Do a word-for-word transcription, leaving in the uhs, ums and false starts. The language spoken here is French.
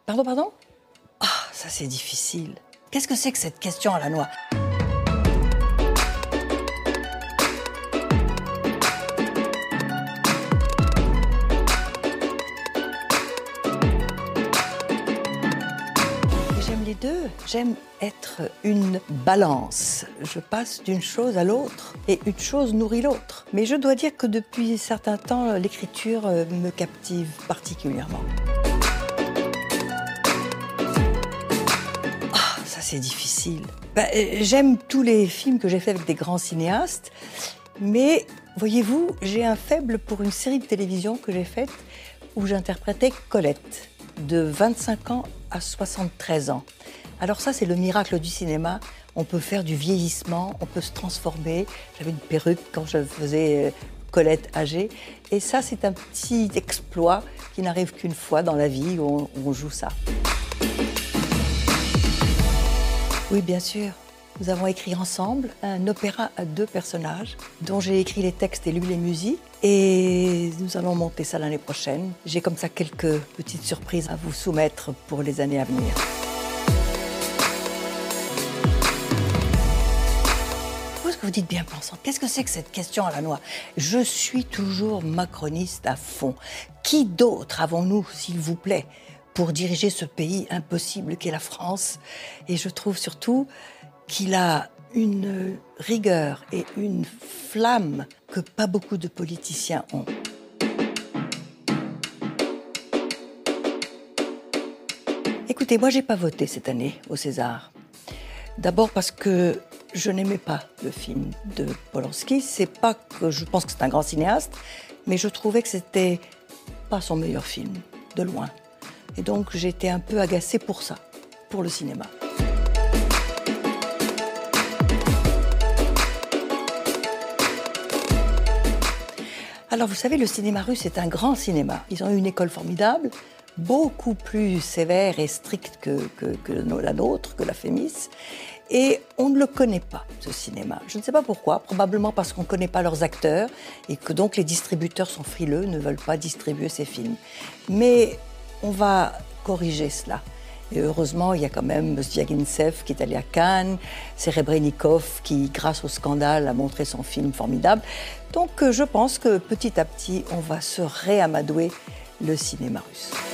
Pardon, pardon? Ah, ça c'est difficile. Qu'est-ce que c'est que cette question à la noix? J'aime les deux. J'aime être une balance. Je passe d'une chose à l'autre et une chose nourrit l'autre. Mais je dois dire que depuis un certain temps, l'écriture me captive particulièrement. Ah, ça c'est difficile. Ben, j'aime tous les films que j'ai faits avec des grands cinéastes, mais voyez-vous, j'ai un faible pour une série de télévision que j'ai faite où j'interprétais Colette, de vingt-cinq ans à soixante-treize ans. Alors ça, c'est le miracle du cinéma. On peut faire du vieillissement, on peut se transformer. J'avais une perruque quand je faisais Colette âgée. Et ça, c'est un petit exploit qui n'arrive qu'une fois dans la vie où on, où on joue ça. Oui, bien sûr. Nous avons écrit ensemble un opéra à deux personnages dont j'ai écrit les textes et lui les musiques. Et nous allons monter ça l'année prochaine. J'ai comme ça quelques petites surprises à vous soumettre pour les années à venir. Qu'est-ce que vous dites bien pensante? Qu'est-ce que c'est que cette question à la noix? Je suis toujours macroniste à fond. Qui d'autre avons-nous, s'il vous plaît, pour diriger ce pays impossible qu'est la France? Et je trouve surtout qu'il a une rigueur et une flamme que pas beaucoup de politiciens ont. Écoutez, moi j'ai pas voté cette année au César. D'abord parce que je n'aimais pas le film de Polanski. C'est pas que je pense que c'est un grand cinéaste, mais je trouvais que c'était pas son meilleur film, de loin. Et donc j'étais un peu agacée pour ça, pour le cinéma. Alors, vous savez, le cinéma russe est un grand cinéma. Ils ont eu une école formidable, beaucoup plus sévère et stricte que, que, que la nôtre, que la Fémis. Et on ne le connaît pas, ce cinéma. Je ne sais pas pourquoi, probablement parce qu'on ne connaît pas leurs acteurs et que donc les distributeurs sont frileux, ne veulent pas distribuer ces films. Mais on va corriger cela. Et heureusement, il y a quand même Zviagintsev qui est allé à Cannes, Serebrennikov qui, grâce au scandale, a montré son film formidable. Donc je pense que petit à petit, on va se réamadouer le cinéma russe.